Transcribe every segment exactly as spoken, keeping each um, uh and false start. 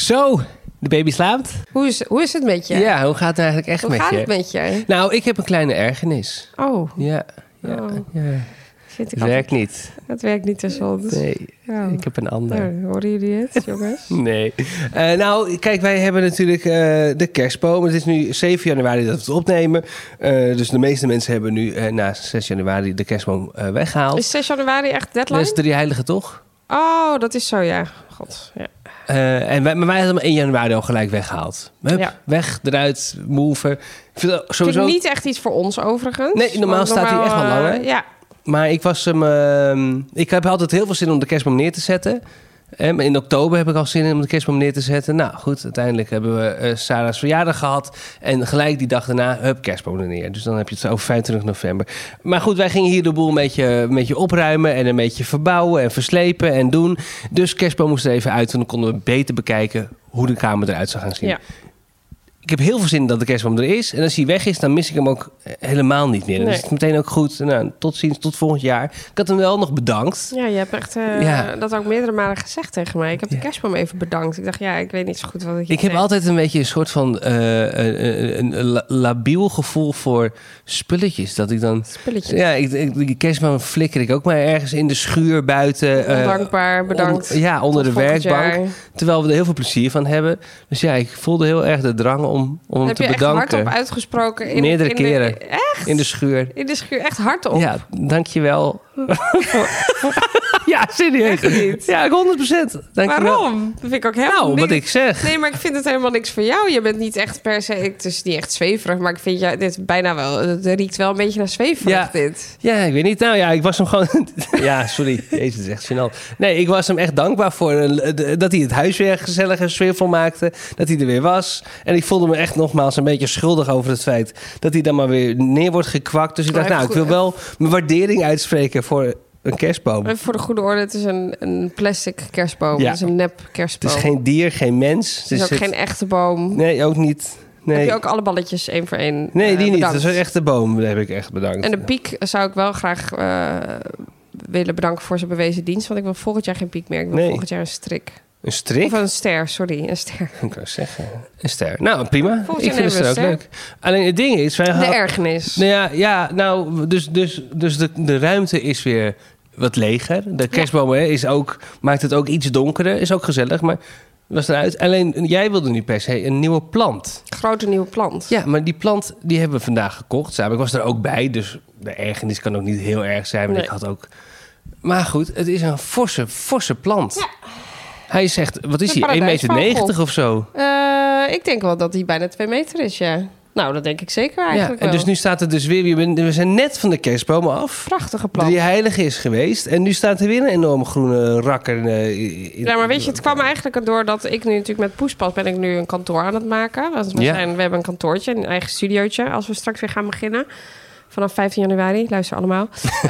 Zo, de baby slaapt. Hoe is, hoe is het met je? Ja, hoe gaat het eigenlijk echt hoe met je? Hoe gaat het met je? Nou, ik heb een kleine ergernis. Oh. Ja, ja, Oh. ja. Vind ik Het werkt altijd... niet. Het werkt niet tenslotte. Nee, oh. ik heb een ander. Nou, horen jullie het, jongens? Nee. Uh, nou, kijk, wij hebben natuurlijk uh, de kerstboom. Het is nu zeven januari dat we het opnemen. Uh, dus de meeste mensen hebben nu uh, na zes januari de kerstboom uh, weggehaald. Is zes januari echt deadline? Dat is drie heiligen, toch? Oh, dat is zo, ja. God, ja. Uh, en wij, maar wij hadden hem één januari al gelijk weggehaald. Hup, ja. Weg, eruit, move. Ik vind het sowieso... Vind niet echt iets voor ons, overigens. Nee, normaal Want staat normaal, hij echt wel langer. Uh, ja. Maar ik was hem... Uh, ik heb altijd heel veel zin om de kerstboom neer te zetten. Eh, maar in oktober heb ik al zin in om de kerstboom neer te zetten. Nou goed, uiteindelijk hebben we uh, Sarah's verjaardag gehad. En gelijk die dag daarna, hup, kerstboom er neer. Dus dan heb je het over vijfentwintig november. Maar goed, wij gingen hier de boel een beetje, een beetje opruimen... en een beetje verbouwen en verslepen en doen. Dus kerstboom moest er even uit. En dan konden we beter bekijken hoe de kamer eruit zou gaan zien. Ja. Ik heb heel veel zin dat de kerstboom er is. En als hij weg is, dan mis ik hem ook helemaal niet meer. Dan nee. is het meteen ook goed. Nou, tot ziens, tot volgend jaar. Ik had hem wel nog bedankt. Ja, je hebt echt uh, ja. dat ook meerdere malen gezegd tegen mij. Ik heb de ja. kerstboom even bedankt. Ik dacht, ja, ik weet niet zo goed wat ik... Ik heb altijd een beetje een soort van uh, een, een, een labiel gevoel voor spulletjes. Dat ik dan... Spulletjes? Ja, ik, ik, die kerstboom flikker ik ook maar ergens in de schuur buiten. Ondankbaar, uh, bedankt. On, ja, onder tot de werkbank. Jaar. Terwijl we er heel veel plezier van hebben. Dus ja, ik voelde heel erg de drang om, om hem te bedanken. Heb je echt hardop uitgesproken? In, Meerdere in keren. De, echt? In de schuur. In de schuur, echt hardop? Ja, dankjewel. Ja, serieus. Ja, honderd procent. Waarom? Dat vind ik ook helemaal Nou, niks. wat ik zeg. Nee, maar ik vind het helemaal niks voor jou. Je bent niet echt per se... Het is niet echt zweverig, maar ik vind ja, dit bijna wel... Het riekt wel een beetje naar zweverig, ja. dit. Ja, ik weet niet. Nou ja, ik was hem gewoon... Ja, sorry. Jezus, het is echt gênant. Nee, ik was hem echt dankbaar voor dat hij het huis weer gezellig en sfeervol maakte. Dat hij er weer was. En ik voelde me echt nogmaals een beetje schuldig over het feit... dat hij dan maar weer neer wordt gekwakt. Dus ik dacht, nou, ik wil wel mijn waardering uitspreken voor... Een kerstboom. En voor de goede orde, het is een, een plastic kerstboom. Ja. Het is een nep kerstboom. Het is geen dier, geen mens. Het is ook het... geen echte boom. Nee, ook niet. Nee. Heb je ook alle balletjes één voor één Nee, die uh, niet. Dat is een echte boom. Dat heb ik echt bedankt. En de piek zou ik wel graag uh, willen bedanken voor zijn bewezen dienst. Want ik wil volgend jaar geen piek meer. Ik wil nee. volgend jaar een strik. Een strik? Of een ster, sorry. Een ster. Ik kan zeggen. Een ster. Nou, prima. Ik vind het ook leuk. Alleen het ding is... Wij de had... ergernis. Nou ja, ja, nou, dus, dus, dus de, de ruimte is weer... wat leger. De kerstboom ja. is ook, maakt het ook iets donkerder. Is ook gezellig, maar was eruit. Alleen, jij wilde nu per se een nieuwe plant. Grote nieuwe plant. Ja, maar die plant die hebben we vandaag gekocht. Samen. Ik was er ook bij, dus de ergernis kan ook niet heel erg zijn. Maar nee. ik had ook... Maar goed, het is een forse, forse plant. Ja. Hij zegt, wat is hij, één meter negentig of zo? Uh, ik denk wel dat hij bijna twee meter is, ja. Nou, dat denk ik zeker eigenlijk ja, en wel. dus nu staat er dus weer... We zijn net van de kerstbomen af. Prachtige plant. Die heilige is geweest. En nu staat er weer een enorme groene rakker. Uh, ja, maar weet je, het kwam eigenlijk door dat ik nu natuurlijk met Poespas... ben ik nu een kantoor aan het maken. Want we, ja. zijn, we hebben een kantoortje, een eigen studiootje... als we straks weer gaan beginnen. Vanaf vijftien januari, luister allemaal.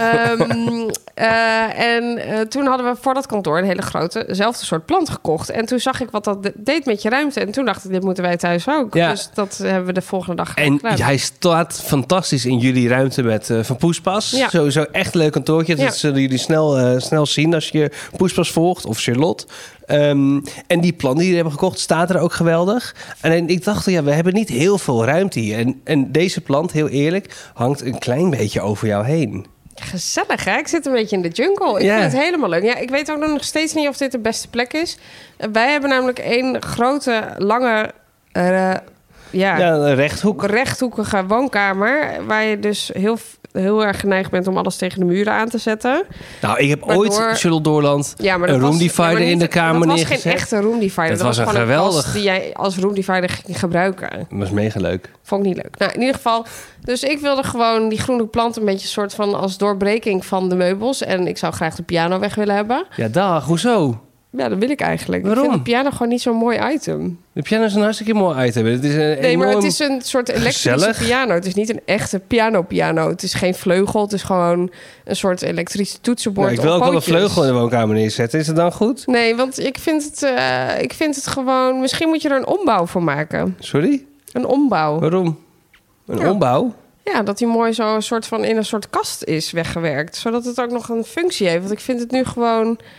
um, uh, en uh, toen hadden we voor dat kantoor een hele grote, zelfde soort plant gekocht. En toen zag ik wat dat de- deed met je ruimte. En toen dacht ik, dit moeten wij thuis ook. Ja. Dus dat hebben we de volgende dag gedaan. En hij staat fantastisch in jullie ruimte met uh, Van Poespas. Ja. Sowieso echt een leuk kantoortje. Dat ja. zullen jullie snel, uh, snel zien als je Poespas volgt of Charlotte. Um, en die plan die we hebben gekocht staat er ook geweldig. En ik dacht, ja, we hebben niet heel veel ruimte hier. En, en deze plant, heel eerlijk, hangt een klein beetje over jou heen. Gezellig, hè? Ik zit een beetje in de jungle. Ik ja. vind het helemaal leuk. Ja, ik weet ook nog steeds niet of dit de beste plek is. Wij hebben namelijk één grote, lange... Uh, ja, ja, een rechthoek. rechthoekige woonkamer... waar je dus heel... heel erg geneigd bent om alles tegen de muren aan te zetten. Nou, ik heb Waardoor... ooit, Charlotte Doorland, ja, een room divider ja, in de kamer neergezet. Dat was geen echte room divider. Dat, dat was, was een gewoon geweldig... een kast die jij als room divider ging gebruiken. Dat was mega leuk. Vond ik niet leuk. Nou, in ieder geval... Dus ik wilde gewoon die groene plant een beetje soort van als doorbreking van de meubels. En ik zou graag de piano weg willen hebben. Ja, dag. Hoezo? Ja, dat wil ik eigenlijk. Waarom? Ik vind de piano gewoon niet zo'n mooi item. De piano is een hartstikke mooi item. Het is een nee, enorm... maar het is een soort elektrische gezellig. piano. Het is niet een echte piano-piano. Het is geen vleugel. Het is gewoon een soort elektrische toetsenbord. Nou, ik wil ook wel een vleugel in de woonkamer neerzetten. Is het dan goed? Nee, want ik vind het, uh, ik vind het gewoon... Misschien moet je er een ombouw voor maken. Sorry? Een ombouw. Waarom? Een ja. ombouw? Ja, dat hij mooi zo een soort van in een soort kast is weggewerkt. Zodat het ook nog een functie heeft. Want ik vind het nu gewoon...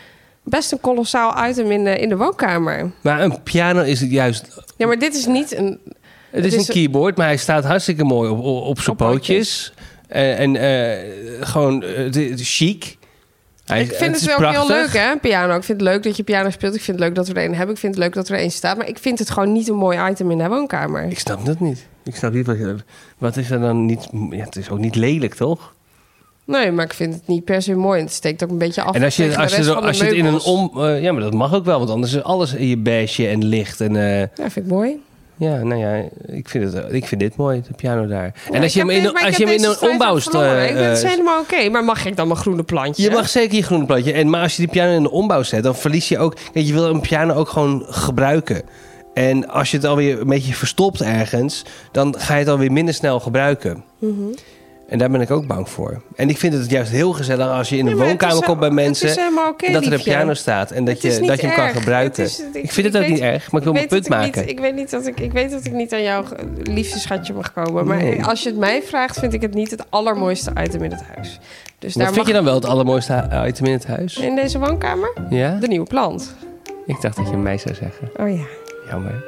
best een kolossaal item in de, in de woonkamer. Maar een piano is het juist... Ja, maar dit is niet een... Het is, het is een keyboard, maar hij staat hartstikke mooi op, op, op zijn pootjes. En, en uh, gewoon uh, chic. Hij, ik vind het, het ook prachtig. Heel leuk, hè, piano. Ik vind het leuk dat je piano speelt. Ik vind het leuk dat we er een hebben. Ik vind het leuk dat er een staat. Maar ik vind het gewoon niet een mooi item in de woonkamer. Ik snap dat niet. Ik snap niet wat je... Wat is er dan niet... Ja, het is ook niet lelijk, toch? Nee, maar ik vind het niet per se mooi. Het steekt ook een beetje af. En als je, als je, zo, als je het in een om... Uh, ja, maar dat mag ook wel. Want anders is alles in je beige en licht. En, uh, ja, vind ik mooi. Ja, nou ja, ik vind, het, ik vind dit mooi, de piano daar. Ja, en als je hem in, als je hem in een ombouw... Uh, ik vind het helemaal oké, okay, maar mag ik dan mijn groene plantje? Je mag zeker je groene plantje. En, maar als je die piano in de ombouw zet, dan verlies je ook... Kijk, je wil een piano ook gewoon gebruiken. En als je het alweer een beetje verstopt ergens... dan ga je het alweer minder snel gebruiken. Mm-hmm. En daar ben ik ook bang voor. En ik vind het juist heel gezellig als je in een ja, woonkamer is, komt bij mensen... Okay, dat er een piano staat en dat je, dat je hem kan gebruiken. Is, ik, ik vind het ook weet, niet erg, maar ik wil mijn punt maken. Niet, ik, weet niet dat ik, ik weet dat ik niet aan jouw liefdeschatje mag komen. Maar nee. Als je het mij vraagt, vind ik het niet het allermooiste item in het huis. Dus Wat daar vind je dan wel het allermooiste item in het huis? In deze woonkamer? Ja? De nieuwe plant. Ik dacht dat je mij zou zeggen. Oh ja. Jammer.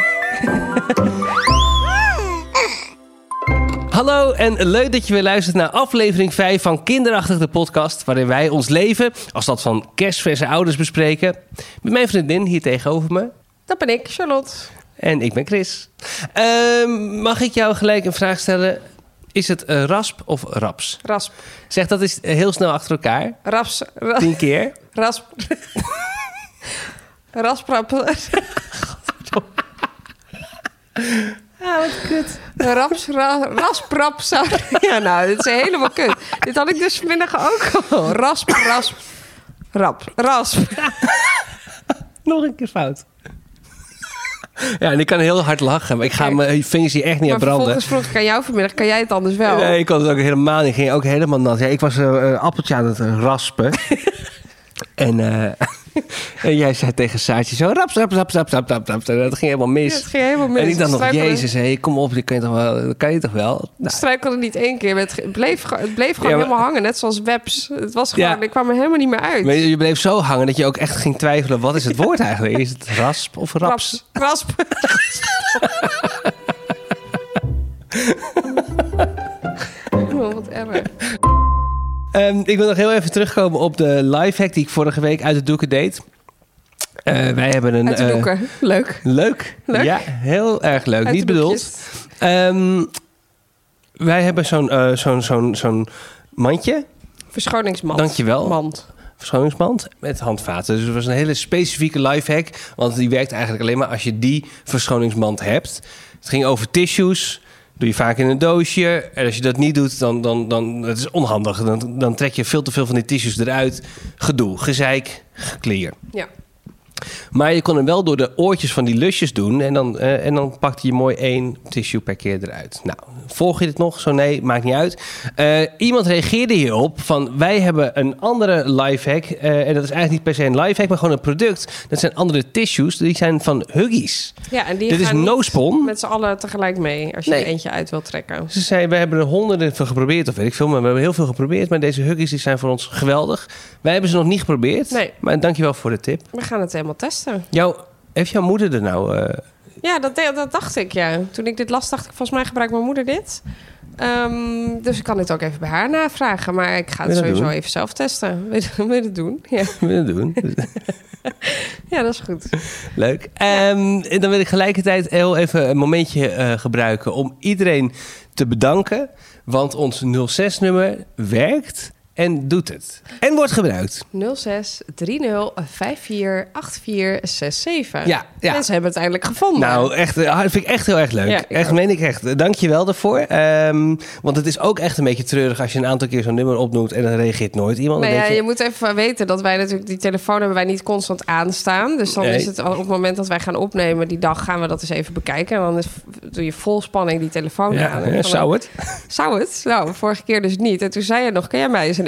Hallo en leuk dat je weer luistert naar aflevering vijf van Kinderachtig, de podcast... waarin wij ons leven als dat van kerstverse ouders bespreken. Met mijn vriendin hier tegenover me. Dat ben ik, Charlotte. En ik ben Chris. Uh, mag ik jou gelijk een vraag stellen? Is het uh, rasp of raps? Rasp. Zeg dat eens heel snel achter elkaar. Raps. Ra- Tien keer. Rasp. Rasprap. Ah, wat kut. Raps, ra, rasprap. Zou... Ja, nou, dit is helemaal kut. Dit had ik dus vanmiddag ook al. Rasp, rasp, rap, rasp. Nog een keer fout. Ja, en ik kan heel hard lachen, maar ik ga mijn vingers hier echt niet aan branden. Maar vervolgens vroeg ik aan jou vanmiddag, kan jij het anders wel? Nee, ik kon het ook helemaal niet. Ik ging ook helemaal nat. Ja, ik was een uh, appeltje aan het raspen. En, uh, en jij zei tegen Saartje zo... Raps, raps, raps, raps, raps, raps, raps. En dat ging helemaal mis. Ja, dat ging helemaal mis. En ik dacht nog, jezus, hey, kom op, dat kan je toch wel? Dat kan je toch wel? Nou. Ik struikelde niet één keer. Het bleef, het bleef gewoon ja, maar, helemaal hangen, net zoals webs. Het was gewoon, ja, ik kwam er helemaal niet meer uit. Maar je bleef zo hangen dat je ook echt ging twijfelen... wat is het woord eigenlijk? Is het rasp of raps? Raps. Rasp. Oh, wat erg. Um, ik wil nog heel even terugkomen op de lifehack die ik vorige week uit de doeken deed. Uh, wij hebben een... Uit de doeken, uh, leuk. Leuk. Leuk? Ja, heel erg leuk. Uit Niet bedoeld. Um, wij hebben zo'n, uh, zo'n, zo'n, zo'n mandje. Verschoningsmand. Dankjewel. Mand. Verschoningsmand met handvaten. Dus het was een hele specifieke lifehack. Want die werkt eigenlijk alleen maar als je die verschoningsmand hebt. Het ging over tissues... Doe je vaak in een doosje. En als je dat niet doet, dan, dan, dan het is onhandig. Dan, dan trek je veel te veel van die tissues eruit. Gedoe, gezeik, gekleer. Ja. Maar je kon hem wel door de oortjes van die lusjes doen. En dan, uh, en dan pakte je mooi één tissue per keer eruit. Nou, volg je dit nog? Zo nee, maakt niet uit. Uh, iemand reageerde hierop van... wij hebben een andere lifehack. Uh, en dat is eigenlijk niet per se een lifehack, maar gewoon een product. Dat zijn andere tissues. Die zijn van Huggies. Ja, en die Dit gaan is no-spon. Met z'n allen tegelijk mee. Als je nee. er eentje uit wilt trekken. Ze zei, we hebben er honderden van geprobeerd. Of weet ik veel, maar we hebben heel veel geprobeerd. Maar deze Huggies die zijn voor ons geweldig. Wij hebben ze nog niet geprobeerd. Nee. Maar dankjewel voor de tip. We gaan het helemaal testen. Jou, heeft jouw moeder er nou... Uh... Ja, dat, dat dacht ik, ja. Toen ik dit las, dacht ik, volgens mij gebruikt mijn moeder dit. Um, dus ik kan dit ook even bij haar navragen. Maar ik ga het sowieso doen? even zelf testen. Wil je, wil je dat doen? Ja. Wil je dat doen? Ja, dat is goed. Leuk. Ja. Um, dan wil ik gelijkertijd heel even een momentje uh, gebruiken... om iedereen te bedanken. Want ons nul zes nummer werkt... en doet het. En wordt gebruikt. nul zes drie nul vijf vier acht vier zes zeven. Ja, ja. Mensen hebben het eindelijk gevonden. Nou, echt, dat vind ik echt heel erg leuk. Ja, echt, meen ik echt. Dank je wel daarvoor. Um, want het is ook echt een beetje treurig... als je een aantal keer zo'n nummer opnoemt... en dan reageert nooit iemand. Nou ja, je... je moet even weten dat wij natuurlijk... die telefoon hebben wij niet constant aanstaan. Dus dan nee. is het op het moment dat wij gaan opnemen... die dag gaan we dat eens even bekijken. En dan is, doe je vol spanning die telefoon ja, aan. Ja, zou het? Zou het? Nou, vorige keer dus niet. En toen zei je nog... kan jij mij eens een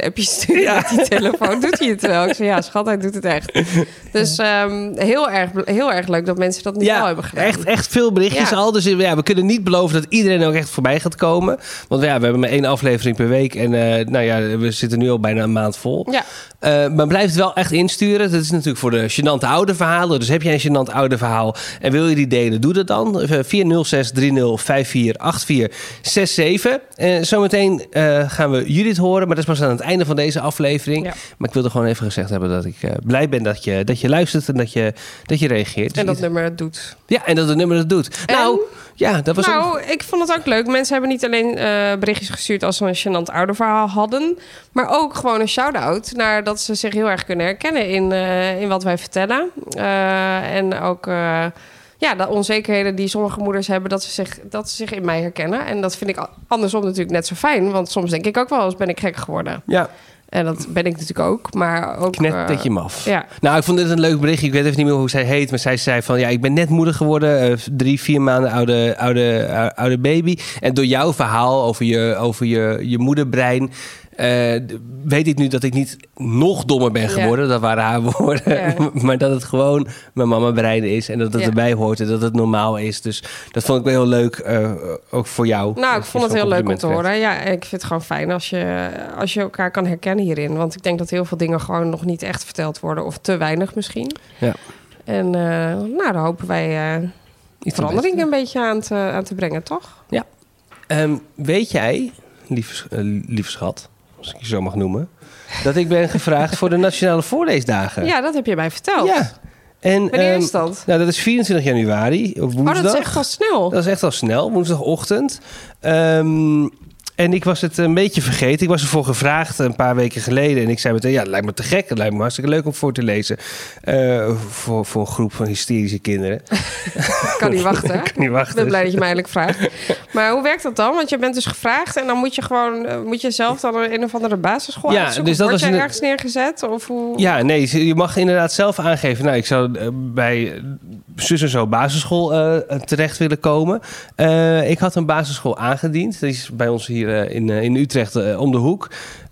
appjes sturen ja. met die telefoon. Doet hij het wel? Ik zei, ja, schat, hij doet het echt. Dus um, heel, erg, heel erg leuk dat mensen dat niet ja, al hebben gedaan. Echt, echt veel berichtjes ja. al. Dus ja, we kunnen niet beloven dat iedereen ook echt voorbij gaat komen. Want ja, we hebben maar één aflevering per week. En uh, nou ja, we zitten nu al bijna een maand vol. Ja. Uh, maar blijf het wel echt insturen. Dat is natuurlijk voor de gênante oude verhalen. Dus heb jij een gênant oude verhaal en wil je die delen, doe dat dan. Via nul zes drie nul vijf vier acht vier zes zeven. Uh, zometeen uh, gaan we Judith horen. Maar dat is pas aan het einde van deze aflevering. Ja. Maar ik wilde gewoon even gezegd hebben dat ik uh, blij ben dat je, dat je luistert en dat je, dat je reageert. En dat het nummer het doet. Ja, en dat het nummer het doet. En, nou, ja, dat was nou ook... ik vond het ook leuk. Mensen hebben niet alleen uh, berichtjes gestuurd als ze een gênant oude verhaal hadden. Maar ook gewoon een shout-out naar dat ze zich heel erg kunnen herkennen in, uh, in wat wij vertellen. Uh, en ook... Uh, Ja, de onzekerheden die sommige moeders hebben, dat ze, zich, dat ze zich in mij herkennen. En dat vind ik andersom natuurlijk net zo fijn. Want soms denk ik ook wel eens, ben ik gek geworden. Ja. En dat ben ik natuurlijk ook, maar ook... Knet dat je hem af. Ja. Nou, ik vond dit een leuk berichtje. Ik weet even niet meer hoe zij heet. Maar zij zei van, ja, ik ben net moeder geworden. Uh, drie, vier maanden oude, oude, oude baby. En door jouw verhaal over je, over je, je moederbrein... Uh, weet ik nu dat ik niet nog dommer ben geworden. Ja. Dat waren haar woorden. Ja. Maar dat het gewoon mijn mama brein is. En dat het ja. erbij hoort en dat het normaal is. Dus dat vond ik wel heel leuk. Uh, ook voor jou. Nou, ik vond het heel leuk om te horen. Ja, ik vind het gewoon fijn als je, als je elkaar kan herkennen hierin. Want ik denk dat heel veel dingen gewoon nog niet echt verteld worden. Of te weinig misschien. Ja. En uh, nou, dan hopen wij uh, verandering een beetje aan te, aan te brengen, toch? Ja. Um, weet jij, lieve, uh, lieve schat... als ik je zo mag noemen... dat ik ben gevraagd voor de Nationale Voorleesdagen. Ja, dat heb je mij verteld. Ja. En, wanneer um, is dat? Nou, dat is vierentwintig januari, op woensdag. Oh, dat is echt al snel. Dat is echt al snel, woensdagochtend. Um, en ik was het een beetje vergeten. Ik was ervoor gevraagd een paar weken geleden. En ik zei meteen, ja, het lijkt me te gek. Het lijkt me hartstikke leuk om voor te lezen. Uh, voor, voor een groep van hysterische kinderen. Ik kan niet wachten. Ik kan niet wachten. Ik ben blij dat je mij eigenlijk vraagt. Maar hoe werkt dat dan? Want je bent dus gevraagd. En dan moet je gewoon, uh, moet je zelf dan een, een of andere basisschool ja, uitzoeken? Dus dat word je een... ergens neergezet? Of hoe... Ja, nee, je mag inderdaad zelf aangeven. Nou, ik zou uh, bij zus en zo basisschool uh, terecht willen komen. Uh, ik had een basisschool aangediend. Dat is bij ons hier in, in Utrecht uh, om de hoek.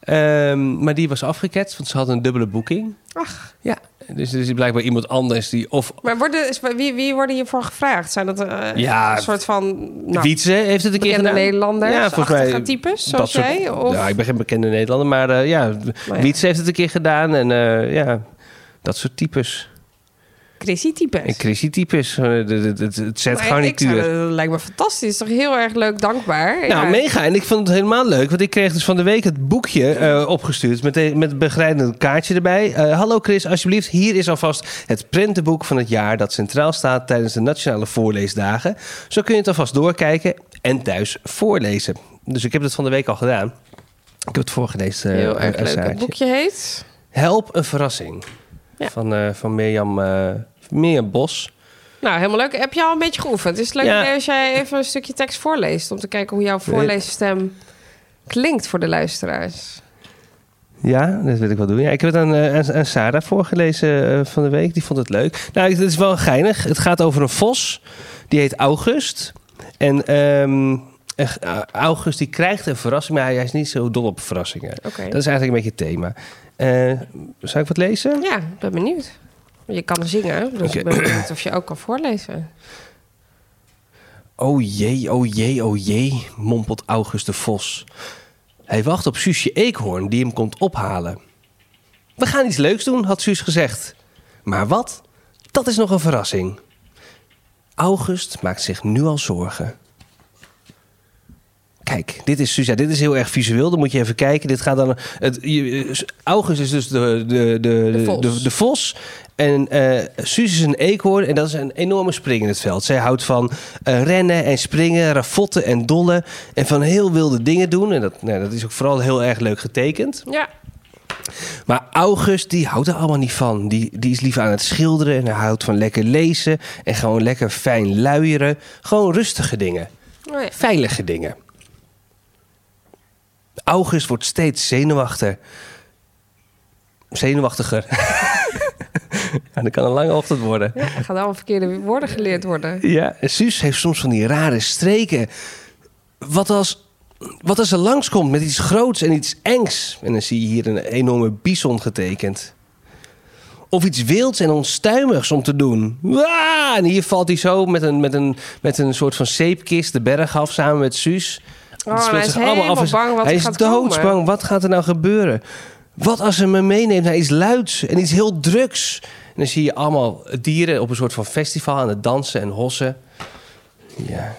Um, maar die was afgeketst, want ze hadden een dubbele boeking. Ach. Ja, dus er is blijkbaar iemand anders die... of. Maar worden, wie, wie worden hiervoor gevraagd? Zijn dat uh, ja, een soort van... Nou, Wietse heeft het een keer gedaan. Nederlanders, ja, volgens mij types, zoals soort, jij? Of? Ja, ik ben geen bekende Nederlander, maar uh, ja, maar ja. Wietse heeft het een keer gedaan. En uh, ja, dat soort types. Chrissy-types. En Chrissy-types. Het, het, het zetgarnituur. Dat lijkt me fantastisch. Toch heel erg leuk, dankbaar. Nou, ja. mega. En ik vond het helemaal leuk. Want ik kreeg dus van de week het boekje uh, opgestuurd. Met, de, met het begeleidende kaartje erbij. Uh, Hallo Chris, alsjeblieft. Hier is alvast het prentenboek van het jaar... dat centraal staat tijdens de Nationale Voorleesdagen. Zo kun je het alvast doorkijken en thuis voorlezen. Dus ik heb dat van de week al gedaan. Ik heb het voorgelezen. Uh, heel erg leuk. Het boekje heet? Help, een verrassing. Ja. Van, uh, van Mirjam... Uh, Mirjam Bos. Nou, helemaal leuk. Heb je al een beetje geoefend? Is het leuk ja. als jij even een stukje tekst voorleest... om te kijken hoe jouw voorleesstem klinkt voor de luisteraars? Ja, dat wil ik wel doen. Ja, ik heb het aan, aan, aan Sarah voorgelezen uh, van de week. Die vond het leuk. Nou, het is wel geinig. Het gaat over een vos. Die heet August. En um, August die krijgt een verrassing... maar hij is niet zo dol op verrassingen. Okay. Dat is eigenlijk een beetje het thema. Uh, zou ik wat lezen? Ja, ik ben benieuwd. Je kan zingen, dus okay. Ik ben benieuwd of je ook kan voorlezen. Oh jee, oh jee, oh jee, mompelt August de Vos. Hij wacht op Suusje Eekhoorn, die hem komt ophalen. We gaan iets leuks doen, had Suus gezegd. Maar wat? Dat is nog een verrassing. August maakt zich nu al zorgen. Kijk, dit is, ja, dit is heel erg visueel. Dan moet je even kijken. Dit gaat dan. Het, je, August is dus de, de, de, de, vos. de, de vos. En uh, Suus is een eekhoorn. En dat is een enorme spring in het veld. Zij houdt van uh, rennen en springen, ravotten en dollen. En van heel wilde dingen doen. En dat, nou, dat is ook vooral heel erg leuk getekend. Ja. Maar August, die houdt er allemaal niet van. Die, die is liever aan het schilderen. En hij houdt van lekker lezen. En gewoon lekker fijn luieren. Gewoon rustige dingen. Oh ja. Veilige dingen. August wordt steeds zenuwachtiger. Zenuwachtiger. Ja, dat kan een lange ochtend worden. Ja, er gaan allemaal verkeerde woorden geleerd worden. Ja, en Suus heeft soms van die rare streken. Wat als wat als er langskomt met iets groots en iets engs? En dan zie je hier een enorme bison getekend. Of iets wilds en onstuimigs om te doen. Waaah! En hier valt hij zo met een, met, een, met een soort van zeepkist de berg af samen met Suus. Oh, hij is helemaal af. bang wat Hij er is gaat doodsbang. komen. Wat gaat er nou gebeuren? Wat als ze me meeneemt naar iets luids en iets heel drugs? En dan zie je allemaal dieren op een soort van festival aan het dansen en hossen. Ja.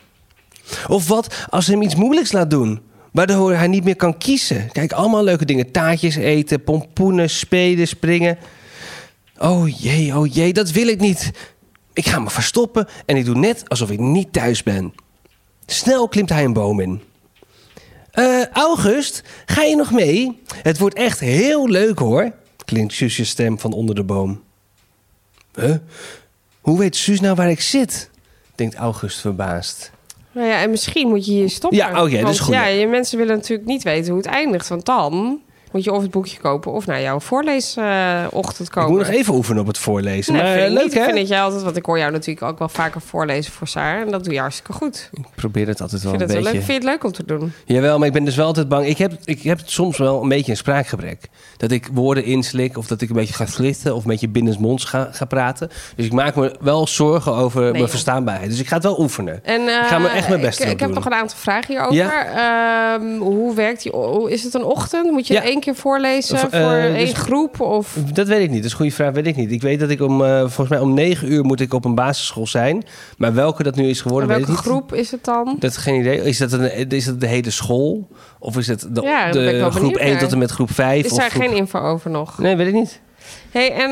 Of wat als ze hem iets moeilijks laat doen, waardoor hij niet meer kan kiezen? Kijk, allemaal leuke dingen. Taartjes eten, pompoenen, spelen, springen. Oh jee, oh jee, dat wil ik niet. Ik ga me verstoppen en ik doe net alsof ik niet thuis ben. Snel klimt hij een boom in. Uh, August, ga je nog mee? Het wordt echt heel leuk, hoor, klinkt Suus's stem van onder de boom. Huh? Hoe weet Suus nou waar ik zit? Denkt August verbaasd. Nou ja, en misschien moet je hier stoppen. Ja, oké, okay, dat is goed. Ja, je mensen willen natuurlijk niet weten hoe het eindigt. Want dan moet je of het boekje kopen of naar jouw voorleesochtend komen. Ik moet nog even oefenen op het voorlezen. Nee, maar vind ik leuk, niet. hè? Ik vind dat jij altijd, want ik hoor jou natuurlijk ook wel vaker voorlezen voor Saar. En dat doe je hartstikke goed. Ik probeer het altijd wel vind een het beetje. Wel leuk. Vind je het leuk om te doen? Jawel, maar ik ben dus wel altijd bang. Ik heb, ik heb soms wel een beetje een spraakgebrek. Dat ik woorden inslik of dat ik een beetje ga flitten of een beetje binnensmonds ga, ga praten. Dus ik maak me wel zorgen over nee, mijn verstaanbaarheid. Dus ik ga het wel oefenen. En, uh, ik ga me echt mijn best ik, doen. Ik heb nog een aantal vragen hierover. Ja? Um, hoe werkt die? Is het een ochtend? Moet je ja. één keer voorlezen? Voor uh, één dus, groep? Of? Dat weet ik niet. Dat is een goede vraag. Weet ik niet. Ik weet dat ik om, uh, volgens mij om negen uur moet ik op een basisschool zijn. Maar welke dat nu is geworden, weet ik niet. Welke groep is het dan? Dat is geen idee. Is dat, een, is dat de hele school? Of is het de, ja, de groep één tot en met groep vijf? Is daar groep... geen info over nog? Nee, weet ik niet. Hey, en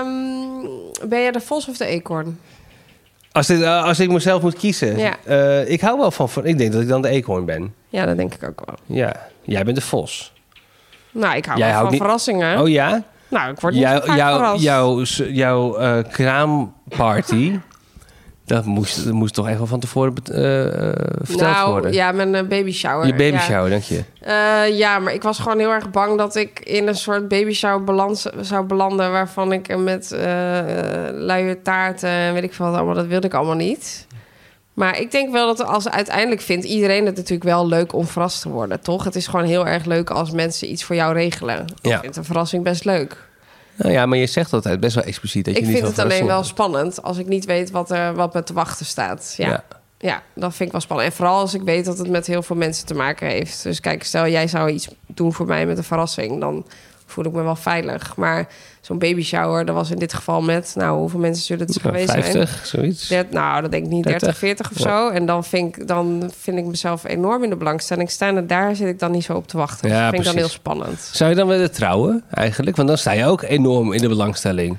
um, ben je de vos of de eekhoorn? Als, dit, uh, als ik mezelf moet kiezen? Ja. Uh, ik hou wel van... Ik denk dat ik dan de eekhoorn ben. Ja, dat denk ik ook wel. Ja. Jij bent de vos. Nou, ik hou Jij wel van niet... verrassingen. Oh ja? Nou, ik word niet jou, vaak jou, verrast. Jouw, jouw uh, kraamparty... dat, moest, dat moest toch echt wel van tevoren uh, verteld nou, worden? Ja, mijn uh, baby shower. Je baby shower, ja. dank je. Uh, ja, maar ik was gewoon heel erg bang... dat ik in een soort baby shower balans zou belanden... waarvan ik met uh, luie taarten en weet ik veel wat allemaal... dat wilde ik allemaal niet... Maar ik denk wel dat als uiteindelijk vindt iedereen het natuurlijk wel leuk om verrast te worden, toch? Het is gewoon heel erg leuk als mensen iets voor jou regelen. Ja. Ik vind een verrassing best leuk. Nou ja, maar je zegt altijd best wel expliciet dat je ik niet vind van het alleen wel hebt. spannend als ik niet weet wat, er, wat me te wachten staat. Ja. ja. Ja, dat vind ik wel spannend. En vooral als ik weet dat het met heel veel mensen te maken heeft. Dus kijk, stel jij zou iets doen voor mij met een verrassing, dan voel ik me wel veilig. Maar zo'n baby shower, dat was in dit geval met... nou, hoeveel mensen zullen het ja, geweest vijftig, zijn? Zoiets. Dert, nou, dat denk ik niet. dertig, veertig of ja. zo. En dan vind, ik, dan vind ik mezelf enorm in de belangstelling staan. En daar zit ik dan niet zo op te wachten. Ja, dat vind precies. ik dan heel spannend. Zou je dan willen trouwen eigenlijk? Want dan sta je ook enorm in de belangstelling.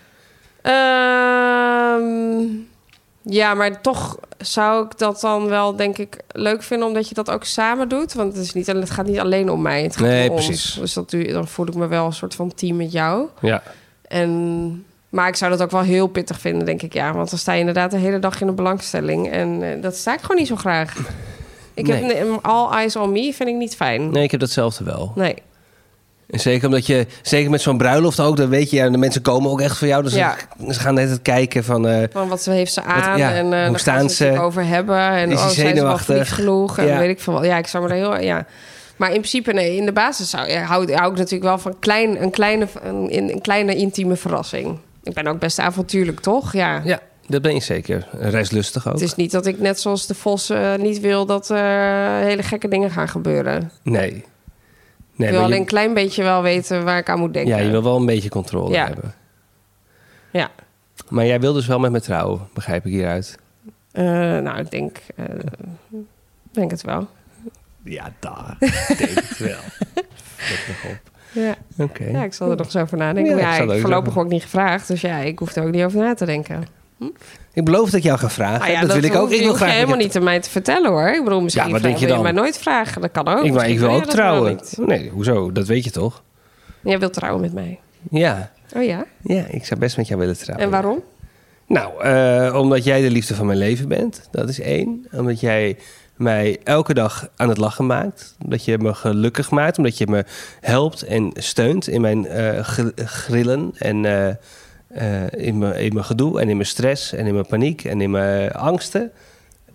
Um, ja, maar toch zou ik dat dan wel, denk ik, leuk vinden... omdat je dat ook samen doet. Want het, is niet, het gaat niet alleen om mij. Het gaat nee, om precies. ons. Dus dat, dan voel ik me wel een soort van team met jou. Ja. En... Maar ik zou dat ook wel heel pittig vinden, denk ik. Ja, want dan sta je inderdaad de hele dag in de belangstelling. En uh, dat sta ik gewoon niet zo graag. Ik nee. heb all eyes on me, vind ik niet fijn. Nee, ik heb datzelfde wel. Nee. En zeker omdat je, zeker met zo'n bruiloft ook, dan weet je, ja, de mensen komen ook echt voor jou. Dus ja. ze, ze gaan net het kijken van... Uh, van wat ze heeft ze aan wat, ja, en uh, hoe staan ze het over hebben. En is oh, zijn ze wel verliefd genoeg? En ja. weet ik veel wat. Ja, ik zou me daar heel... Ja. Maar in principe, nee, in de basis zou, ja, hou, hou ik natuurlijk wel van klein, een, kleine, een, een kleine intieme verrassing. Ik ben ook best avontuurlijk, toch? Ja. Ja, dat ben je zeker. Reislustig ook. Het is niet dat ik net zoals de vos uh, niet wil dat er uh, hele gekke dingen gaan gebeuren. Nee. nee ik wil alleen je... een klein beetje wel weten waar ik aan moet denken. Ja, je wil wel een beetje controle ja. hebben. Ja. Maar jij wil dus wel met me trouwen, begrijp ik hieruit. Uh, nou, ik denk, uh, denk het wel. Ja, daar denk ik wel. Let nog op. Ja. Okay. ja, ik zal er nog eens over nadenken. Ja, maar ja, ik heb voorlopig ook niet gevraagd. Dus ja, ik hoef er ook niet over na te denken. Hm? Ik beloof dat ik jou ga vragen. Nou ja, dat, dat wil ik ook. Ik wil graag. Je helemaal niet aan mij te vertellen, hoor. Ik bedoel, misschien ja, wat denk je wil dan? je mij nooit vragen. Dat kan ook. Ik, maar ik wil ook trouwen. Niet. Nee, hoezo? Dat weet je toch? Jij wilt trouwen met mij? Ja. Oh ja? Ja, ik zou best met jou willen trouwen. En waarom? Nou, uh, omdat jij de liefde van mijn leven bent. Dat is één. Omdat jij mij elke dag aan het lachen maakt. Dat je me gelukkig maakt. Omdat je me helpt en steunt in mijn uh, grillen. En uh, uh, in, mijn, in mijn gedoe. En in mijn stress. En in mijn paniek. En in mijn angsten.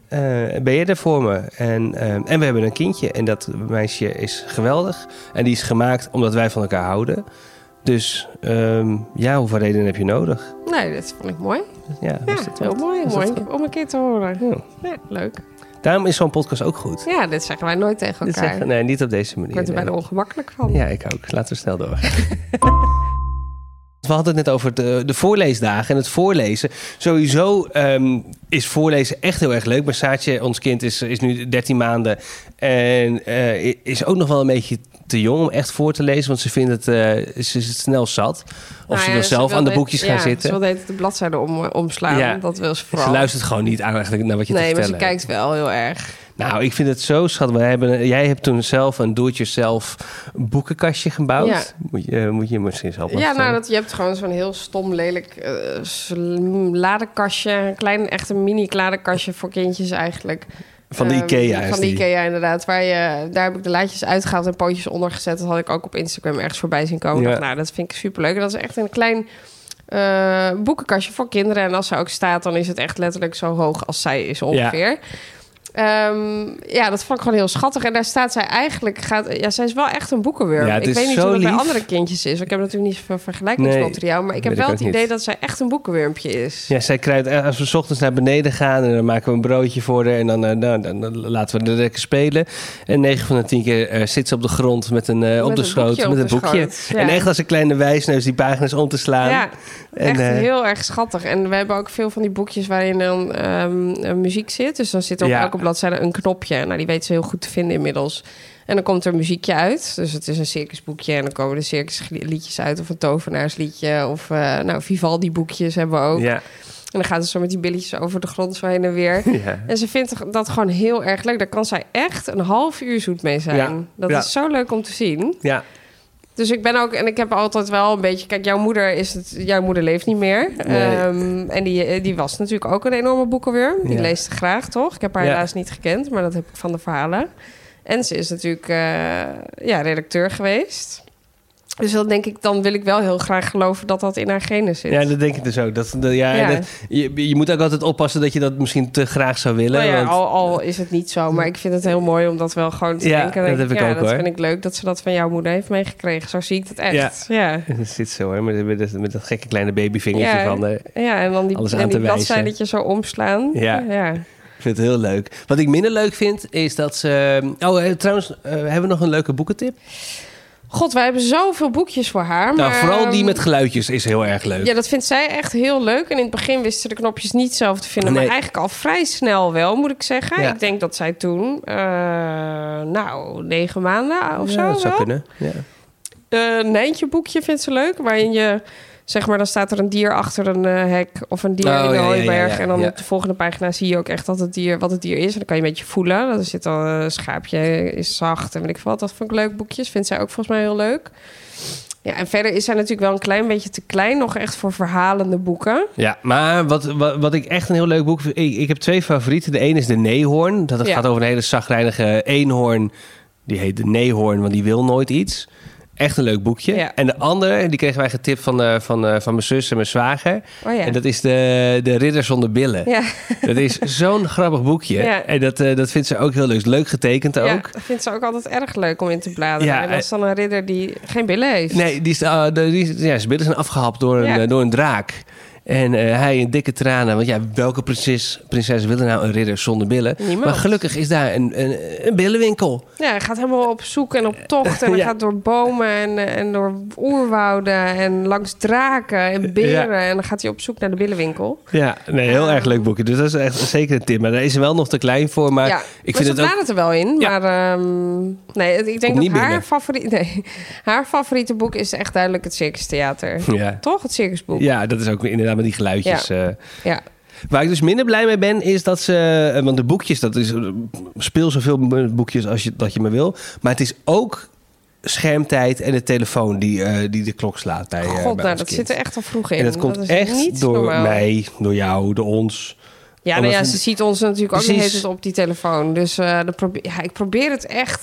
uh, ben je er voor me. En, uh, en we hebben een kindje. En dat meisje is geweldig. En die is gemaakt omdat wij van elkaar houden. Dus um, ja, hoeveel redenen heb je nodig? Nee, dat vond ik mooi. Ja, ja dat heel mooi. mooi om een keer te horen. Ja. Ja, leuk. Daarom is zo'n podcast ook goed. Ja, dit zeggen wij nooit tegen elkaar. Zeggen, nee, niet op deze manier. Ik word er bijna nee. ongemakkelijk van. Ja, ik ook. Laten we snel door. We hadden het net over de, de voorleesdagen en het voorlezen. Sowieso um, is voorlezen echt heel erg leuk. Maar Saartje, ons kind, is, is nu dertien maanden. En uh, is ook nog wel een beetje te jong om echt voor te lezen. Want ze vindt het, uh, ze is het snel zat. Of nou, ze wil ja, zelf ze aan de boekjes gaan ja, zitten. Ze wil de bladzijden om, omslaan. Ja. Dat wil ze vooral. Ze luistert gewoon niet aan eigenlijk naar wat je nee, te vertellen Nee, maar ze kijkt wel heel erg. Nou, ik vind het zo schattig. We hebben, jij hebt toen zelf een do-it-yourself boekenkastje gebouwd. Ja. Moet, je, moet je misschien zelf Ja, nou, dat, je hebt gewoon zo'n heel stom, lelijk uh, ladekastje. Een klein, echt een mini-ladekastje voor kindjes eigenlijk. Van de Ikea um, Van de Ikea, inderdaad. Waar je, daar heb ik de laadjes uitgehaald en pootjes onder gezet. Dat had ik ook op Instagram ergens voorbij zien komen. Ja. Dacht, nou, dat vind ik superleuk. En dat is echt een klein uh, boekenkastje voor kinderen. En als ze ook staat, dan is het echt letterlijk zo hoog als zij is ongeveer. Ja. Um, ja, dat vond ik gewoon heel schattig. En daar staat zij eigenlijk... Gaat, ja, zij is wel echt een boekenwurm. Ja, ik weet niet hoe dat lief. bij andere kindjes is. Ik heb natuurlijk niet zoveel vergelijkingsmateriaal. Nee, maar ik heb wel het idee niet. dat zij echt een boekenwurmpje is. Ja, zij krijgt... Als we 's ochtends naar beneden gaan... en dan maken we een broodje voor haar... en dan, uh, nou, dan, dan laten we er lekker spelen. En negen van de tien keer uh, zit ze op de grond... met een uh, met op de schoot, met een boekje. Ja. En echt als een kleine wijsneus die pagina's om te slaan. Ja, en, echt uh, heel erg schattig. En we hebben ook veel van die boekjes... waarin dan um, muziek zit. Dus dan zit er op ja. elke bladzijde een knopje. Nou, die weet ze heel goed te vinden inmiddels. En dan komt er een muziekje uit. Dus het is een circusboekje. En dan komen er circusliedjes uit. Of een tovenaarsliedje. Of uh, nou, Vivaldi-boekjes hebben we ook. Ja. En dan gaat ze zo met die billetjes over de grond zo heen en weer. Ja. En ze vindt dat gewoon heel erg leuk. Daar kan zij echt een half uur zoet mee zijn. Ja. Dat ja. is zo leuk om te zien. Ja. Dus ik ben ook... En ik heb altijd wel een beetje... Kijk, jouw moeder is het... Jouw moeder leeft niet meer. Nee. Um, en die, die was natuurlijk ook een enorme boekenwurm. Die ja. leest graag, toch? Ik heb haar ja. helaas niet gekend, maar dat heb ik van de verhalen. En ze is natuurlijk uh, ja, redacteur geweest. Dus dan denk ik, dan wil ik wel heel graag geloven dat dat in haar genen zit. Ja, dat denk ik dus ook. Dat, dat, ja, ja. Dat, je, je moet ook altijd oppassen dat je dat misschien te graag zou willen. Nou ja, want... al, al is het niet zo, maar ik vind het heel mooi om dat wel gewoon te ja, denken. Dat heb ik ja, ook, dat hoor. vind ik leuk dat ze dat van jouw moeder heeft meegekregen. Zo zie ik het echt. Ja, ja. Dat zit zo, hoor. Met, met, met dat gekke kleine babyvingertje ja. van uh, ja, en dan die, alles en aan die te wijzen. bladzijdertjes zo omslaan. Ja. ja. Ik vind het heel leuk. Wat ik minder leuk vind, is dat ze... Oh, trouwens, uh, hebben we nog een leuke boekentip? God, wij hebben zoveel boekjes voor haar. Nou, maar, vooral die met geluidjes is heel erg leuk. Ja, dat vindt zij echt heel leuk. En in het begin wist ze de knopjes niet zelf te vinden. Nee. Maar eigenlijk al vrij snel wel, moet ik zeggen. Ja. Ik denk dat zij toen, uh, nou, negen maanden of ja, zo dat zou wel. kunnen, ja. Uh, een Nijntje boekje vindt ze leuk. Waarin je, zeg maar, dan staat er een dier achter een uh, hek. Of een dier oh, in een ja, hooiberg. Ja, ja, ja, ja, en dan ja. op de volgende pagina zie je ook echt dat het dier, wat het dier is. En dan kan je een beetje voelen. Er zit al een schaapje, is zacht en weet ik veel wat. Dat vond ik leuk boekjes. Vindt zij ook volgens mij heel leuk. Ja, en verder is zij natuurlijk wel een klein beetje te klein... nog echt voor verhalende boeken. Ja, maar wat, wat, wat ik echt een heel leuk boek vind... Ik, ik heb twee favorieten. De ene is De Neehoorn. Dat ja. gaat over een hele zagrijnige eenhoorn. Die heet De Neehoorn, want die wil nooit iets. Echt een leuk boekje. Ja. En de andere, die kregen wij getipt van, uh, van, uh, van mijn zus en mijn zwager. Oh ja. En dat is de, de Ridder zonder billen. Ja. Dat is zo'n grappig boekje. Ja. En dat, uh, dat vindt ze ook heel leuk. Leuk getekend ook. Ja, dat vindt ze ook altijd erg leuk om in te bladeren. Ja, en dat is dan een ridder die geen billen heeft. Nee, die is, uh, de, die, ja, zijn billen zijn afgehapt door een, ja. uh, door een draak. En uh, hij in dikke tranen. Want ja, welke prinses, prinses wil er nou een ridder zonder billen? Niemand. Maar gelukkig is daar een, een, een billenwinkel. Ja, hij gaat helemaal op zoek en op tocht. En hij ja. gaat door bomen en, en door oerwouden. En langs draken en beren. Ja. En dan gaat hij op zoek naar de billenwinkel. Ja, nee, heel uh, erg leuk boekje. Dus dat is echt zeker een tip. Maar daar is hij wel nog te klein voor. Maar ja, ik maar vind ze het ook... het er wel in. Ja. Maar um, nee, ik denk Kom dat haar, favoriet, nee, haar favoriete boek is echt duidelijk het Circus Theater. Ja. Toch? Het circusboek. Ja, dat is ook inderdaad met die geluidjes. Ja. Uh, ja. Waar ik dus minder blij mee ben, is dat ze... Want de boekjes, dat is... Speel zoveel boekjes als je, dat je maar wil. Maar het is ook schermtijd en de telefoon die, uh, die de klok slaat bij, uh, God, bij nou, ons dat kind. zit er echt al vroeg in. En dat komt dat echt door normaal. mij, door jou, door ons. Ja, nou ja, ze ziet ons natuurlijk ook niet op die telefoon. Dus uh, probeer, ja, ik probeer het echt...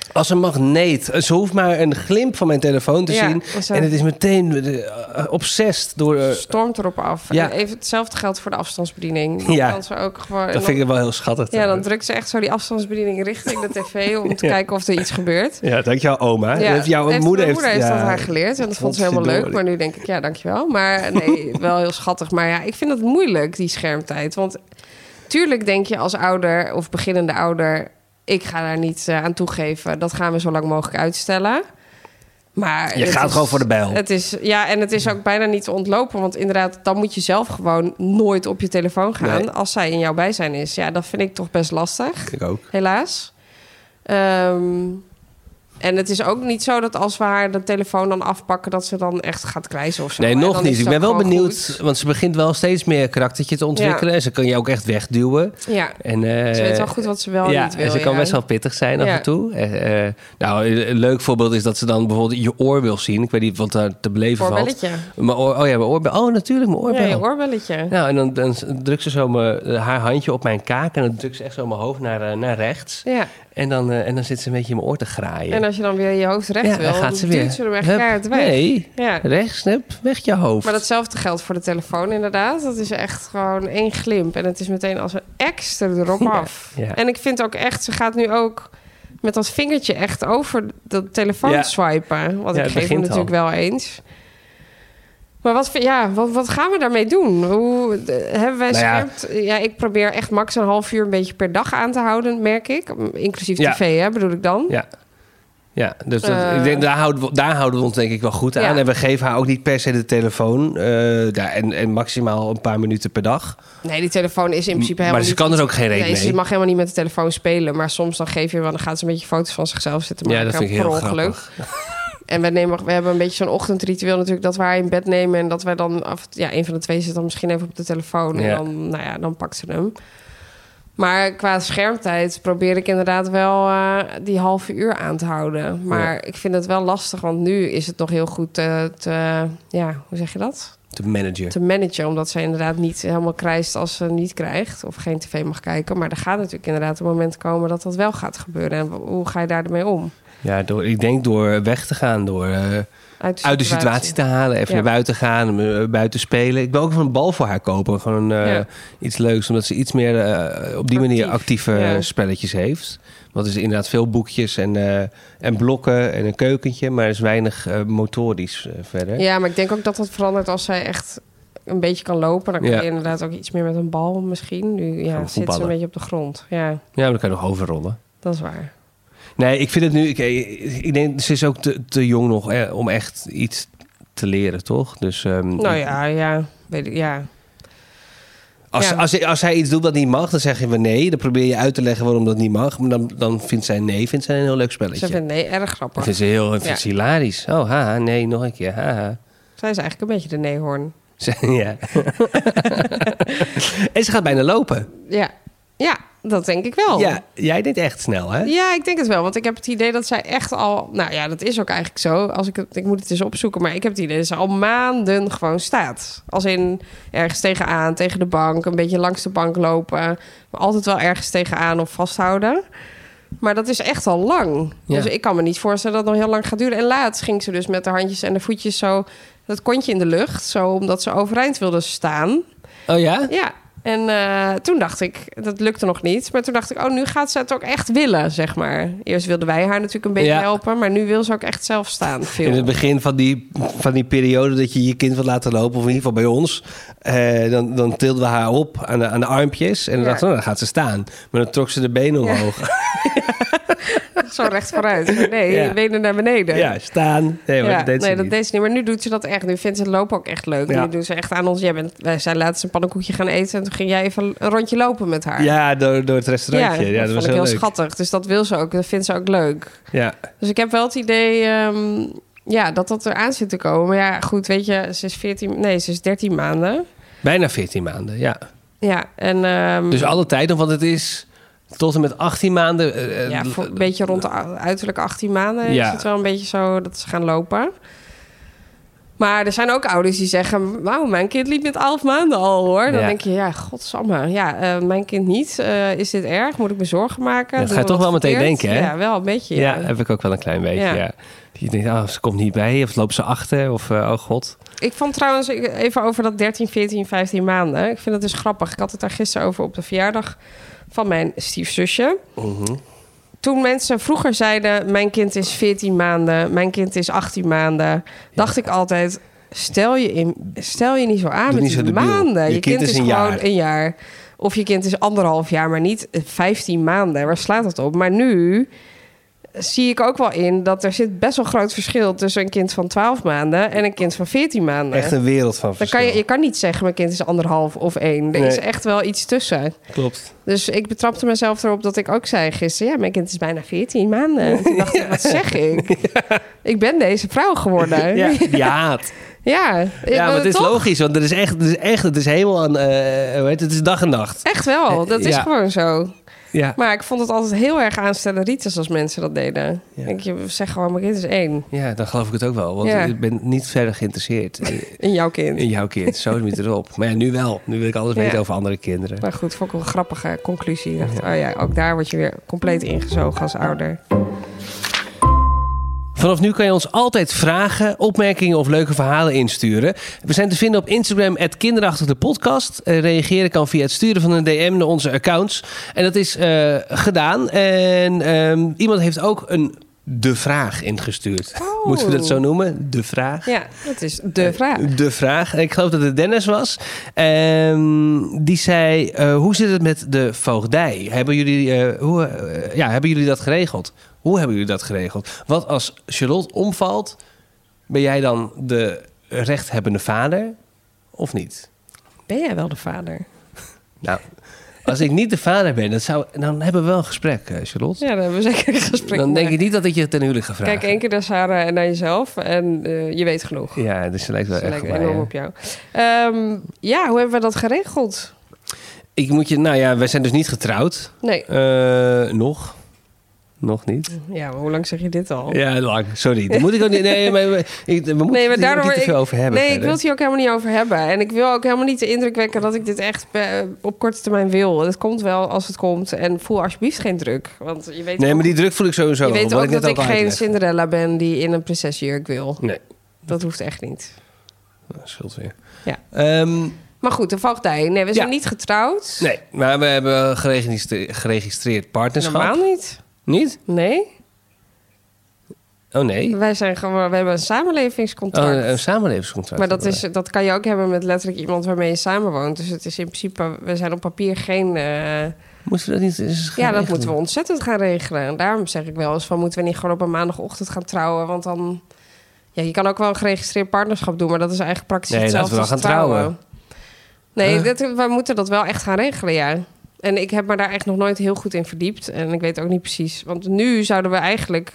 Als een magneet. Ze hoeft maar een glimp van mijn telefoon te Ja, zien. zo. En het is meteen uh, obsessed door... Uh, Stormt erop af. Ja. En even hetzelfde geldt voor de afstandsbediening. Dan Ja. kan ze ook gewoon, dat vind ik wel heel schattig. Ja, dan drukt ze echt zo die afstandsbediening richting de tv... om te Ja. kijken of er iets gebeurt. Ja, dankjewel oma. Ja, Dat heeft jouw heeft, moeder mijn moeder heeft ja, dat haar geleerd. En dat vond ze helemaal leuk. Maar nu denk ik, ja, dankjewel. Maar nee, wel heel schattig. Maar ja, ik vind het moeilijk, die schermtijd. Want tuurlijk denk je als ouder of beginnende ouder... ik ga daar niet uh, aan toegeven. Dat gaan we zo lang mogelijk uitstellen. Maar Je het gaat is, gewoon voor de bijl. Het is, ja, en het is ook bijna niet te ontlopen. Want inderdaad, dan moet je zelf gewoon nooit op je telefoon gaan... Nee. als zij in jouw bijzijn is. Ja, dat vind ik toch best lastig. Ik ook. Helaas. Um, en het is ook niet zo dat als we haar de telefoon dan afpakken... dat ze dan echt gaat krijzen of zo. Nee, En nog dan niet. is Ik het ben ook wel gewoon benieuwd, goed. want ze begint wel steeds meer karaktertje te ontwikkelen. Ja. En ze kan je ook echt wegduwen. Ja, En, uh, ze weet wel goed wat ze wel en ja, niet wil. en ze kan ja. best wel pittig zijn af Ja. en toe. Uh, uh, nou, een leuk voorbeeld is dat ze dan bijvoorbeeld je oor wil zien. Ik weet niet wat daar te beleven valt. Oorbelletje. Mijn oor, oh ja, mijn oorbel. Oh, natuurlijk, mijn oorbel. Ja, je oorbelletje. Nou, en dan, dan drukt ze zo mijn, haar handje op mijn kaak... en dan drukt ze echt zo mijn hoofd naar, uh, naar rechts. Ja. En dan, uh, en dan zit ze een beetje in mijn oor te graaien. En als je dan weer je hoofd recht ja, wil, dan gaat dan ze weer. duwt ze hem echt Hup, keihard weg. Nee, Ja. rechts, hup, weg je hoofd. Maar datzelfde geldt voor de telefoon inderdaad. Dat is echt gewoon één glimp. En het is meteen als een extra erop Ja, af. ja. En ik vind ook echt, ze gaat nu ook met dat vingertje echt over de telefoon Ja. swipen. Want Ja, ik het geef hem begint natuurlijk wel eens. Maar wat, vind- ja, wat, wat gaan we daarmee doen? Hoe de- hebben wij Nou ja. schermt? Ja, ik probeer echt max een half uur een beetje per dag aan te houden, merk ik. Inclusief Ja. tv, hè, bedoel ik dan. Ja. Ja, dus dat, Uh, ik denk, daar, houden we, daar houden we ons denk ik wel goed aan. Ja. En we geven haar ook niet per se de telefoon. Uh, ja, en, en maximaal een paar minuten per dag. Nee, die telefoon is in principe Maar helemaal ze niet... kan er ook geen reet Nee, mee. ze mag helemaal niet met de telefoon spelen. Maar soms dan geef je wel, dan gaat ze een beetje foto's van zichzelf zitten maken. Ja, dat vind ik per heel ongeluk. grappig. En we, nemen, we hebben een beetje zo'n ochtendritueel natuurlijk... dat we haar in bed nemen en dat wij dan... Af, ja, een van de twee zit dan misschien even op de telefoon. Ja. En dan, nou ja, dan pakt ze hem. Maar qua schermtijd probeer ik inderdaad wel uh, die halve uur aan te houden. Maar Ja. ik vind het wel lastig, want nu is het nog heel goed te... te ja, hoe zeg je dat? De manager. Te managen, omdat zij inderdaad niet helemaal krijst als ze niet krijgt of geen tv mag kijken. Maar er gaat natuurlijk inderdaad een moment komen dat dat wel gaat gebeuren. En hoe ga je daarmee om? Ja, door, ik denk door weg te gaan, door uh, Uit de, uit de situatie te halen, even Ja. naar buiten gaan, uh, buiten spelen. Ik wil ook even een bal voor haar kopen, gewoon uh, Ja. iets leuks, omdat ze iets meer uh, op die manier Actief, actieve ja. spelletjes heeft. Want er is inderdaad veel boekjes en, uh, en blokken en een keukentje, maar er is weinig uh, motorisch uh, verder. Ja, maar ik denk ook dat dat verandert als zij echt een beetje kan lopen. Dan kan Ja. je inderdaad ook iets meer met een bal misschien. Nu ja, Gewoon zit ze voetballen. een beetje op de grond. Ja, Ja, maar dan kan je nog overrollen. dat is waar. Nee, ik vind het nu... Ik, ik denk, ze is ook te, te jong nog eh, om echt iets te leren, toch? Dus, um, Nou ja, ja, weet ik, ja. Als, Ja. als, als hij iets doet wat niet mag, dan zeggen we nee. Dan probeer je uit te leggen waarom dat niet mag. Maar dan, dan vindt zij nee, vindt zij een heel leuk spelletje. Ze vindt nee erg Dat grappig. vindt ze heel vindt Ja. ze hilarisch. Oh, haha, nee, nog een keer, haha. Zij is eigenlijk een beetje de neehoorn. Ja. En ze gaat bijna lopen. Ja, ja, dat denk ik wel. Ja, jij deed echt snel, hè? Ja, ik denk het wel. Want ik heb het idee dat zij echt al... Nou ja, dat is ook eigenlijk zo. Als ik, het, ik moet het eens opzoeken. Maar ik heb het idee dat ze al maanden gewoon staat. Als in ergens tegenaan, tegen de bank. Een beetje langs de bank lopen. Maar altijd wel ergens tegenaan of vasthouden. Maar dat is echt al lang. Ja. Dus ik kan me niet voorstellen dat het nog heel lang gaat duren. En laatst ging ze dus met de handjes en de voetjes zo... dat kontje in de lucht. Zo omdat ze overeind wilde staan. Oh ja? Ja, en uh, toen dacht ik, dat lukte nog niet. Maar toen dacht ik, oh, nu gaat ze het ook echt willen, zeg maar. Eerst wilden wij haar natuurlijk een beetje Ja. helpen. Maar nu wil ze ook echt zelf staan. Veel. In het begin van die, van die periode dat je je kind wilt laten lopen... of in ieder geval bij ons... Eh, dan, dan tilden we haar op aan de, aan de armpjes... en dan Ja. dachten we, nou, dan gaat ze staan. Maar dan trok ze de benen omhoog. Zo recht vooruit. Maar nee, Ja. benen naar beneden. Ja, staan. Nee, maar Ja, dat deed ze nee, dat niet. deed ze niet. Maar nu doet ze dat echt. Nu vindt ze het lopen ook echt leuk. Ja. Nu doen ze echt aan ons. Jij bent, wij zijn laatst een pannenkoekje gaan eten... en toen ging jij even een rondje lopen met haar. Ja, door, door het restaurantje. Ja, dat, vond was ik heel heel leuk. schattig. Dus dat wil ze ook. Dat vindt ze ook leuk. Ja. Dus ik heb wel het idee um, ja, dat dat eraan zit te komen. Maar ja, goed, weet je, ze is veertien, nee, ze is dertien maanden. Bijna veertien maanden, ja. Ja, en um, Dus alle tijden, want het is tot en met achttien maanden... eh, ja, voor een beetje rond de u- uiterlijk achttien maanden Ja. is het wel een beetje zo dat ze gaan lopen. Maar er zijn ook ouders die zeggen... wauw, mijn kind liep met elf maanden al, hoor. Dan ja. denk je, ja, godsamme. Ja, uh, mijn kind niet. Uh, is dit erg? Moet ik me zorgen maken? Ja, dat ga je toch wel meteen denken, hè? Ja, wel een beetje. Ja, ja. heb ik ook wel een klein beetje, ja. ja. Je denkt, oh, ze komt niet bij. Of loopt ze achter. Of, uh, oh god. Ik vond trouwens, even over dat dertien, veertien, vijftien maanden. Ik vind het dus grappig. Ik had het daar gisteren over op de verjaardag van mijn stiefzusje. Mm-hmm. Toen mensen vroeger zeiden... mijn kind is veertien maanden, mijn kind is achttien maanden... Ja. dacht ik altijd... Stel je, in, stel je niet zo aan Doe met die maanden. Je, je kind, kind is, is een gewoon jaar. een jaar. Of je kind is anderhalf jaar, maar niet vijftien maanden. Waar slaat dat op? Maar nu zie ik ook wel in dat er zit best wel groot verschil... tussen een kind van twaalf maanden en een kind van veertien maanden. Echt een wereld van verschil. Dan kan je, je kan niet zeggen, mijn kind is anderhalf of één. Er nee. is echt wel iets tussen. Klopt. Dus ik betrapte mezelf erop dat ik ook zei gisteren... ja, mijn kind is bijna veertien maanden. En toen dacht ik, wat zeg ik? Ja. Ik ben deze vrouw geworden. Ja, die haat. Ja, ja, maar het is toch? Logisch, want het is echt, het is echt, het is helemaal aan, uh, hoe heet het, het is dag en nacht. Echt wel, dat is ja. gewoon zo. Ja. Maar ik vond het altijd heel erg aanstelleritis als mensen dat deden. Ja. Denk je, zeg gewoon, mijn kind is één. Ja, dan geloof ik het ook wel, want ja. ik ben niet verder geïnteresseerd. In jouw kind. In jouw kind, zo niet erop. Maar ja, nu wel. Nu wil ik alles ja. weten over andere kinderen. Maar goed, vond ik wel een grappige conclusie. Dacht, ja. Oh ja, ook daar word je weer compleet ingezogen als ouder. Vanaf nu kan je ons altijd vragen, opmerkingen of leuke verhalen insturen. We zijn te vinden op Instagram, at kinderachtigdepodcast. Uh, reageren kan via het sturen van een D M naar onze accounts. En dat is uh, gedaan. En um, iemand heeft ook een de vraag ingestuurd. Oh. Moeten we dat zo noemen? De vraag? Ja, dat is de vraag. De vraag. Ik geloof dat het Dennis was. Um, die zei, uh, hoe zit het met de voogdij? Hebben jullie, uh, hoe, uh, ja, hebben jullie dat geregeld? Hoe hebben jullie dat geregeld? Wat als Charlotte omvalt, ben jij dan de rechthebbende vader of niet? Ben jij wel de vader? Nou, als ik niet de vader ben, dan, zou, dan hebben we wel een gesprek, Charlotte. Ja, dan hebben we zeker een gesprek. Dan denk ik niet dat ik je ten huwelijk ga vragen. Kijk één keer naar Sarah en naar jezelf en uh, je weet genoeg. Ja, dus ze lijkt wel ze echt lijkt enorm op jou. Um, ja, hoe hebben we dat geregeld? Ik moet je, nou ja, wij zijn dus niet getrouwd. Nee. Uh, nog. Nog niet. Ja, maar hoe lang zeg je dit al? Ja, lang. Sorry. Dat moet ik ook niet. Nee, maar we, ik, we moeten nee, maar daardoor, er niet te veel over hebben. Nee, verder. Ik wil het hier ook helemaal niet over hebben. En ik wil ook helemaal niet de indruk wekken dat ik dit echt op korte termijn wil. Het komt wel als het komt. En voel alsjeblieft geen druk. Want je weet nee, ook, maar die druk voel ik sowieso. Je weet ook ik dat ik geen uitleg. Cinderella ben die in een prinsesjurk wil. Nee. Dat hoeft echt niet. Dat scheelt weer. Ja. Um, Maar goed, de voogdij. Nee, we zijn ja. niet getrouwd. Nee, maar we hebben geregistreerd, geregistreerd partnerschap. Normaal niet. Niet? Nee. Oh nee? Wij zijn gewoon, we hebben een samenlevingscontract. Oh, een, een samenlevingscontract. Maar dat, is, dat kan je ook hebben met letterlijk iemand waarmee je samenwoont. Dus het is in principe, we zijn op papier geen... Uh... Moeten we dat niet eens gaan Ja, dat regelen? moeten we ontzettend gaan regelen. En daarom zeg ik wel eens van, moeten we niet gewoon op een maandagochtend gaan trouwen? Want dan... Ja, je kan ook wel een geregistreerd partnerschap doen, maar dat is eigenlijk praktisch nee, hetzelfde als gaan trouwen. trouwen. Nee, huh? dit, we moeten dat wel echt gaan regelen, ja. En ik heb me daar echt nog nooit heel goed in verdiept. En ik weet ook niet precies. Want nu zouden we eigenlijk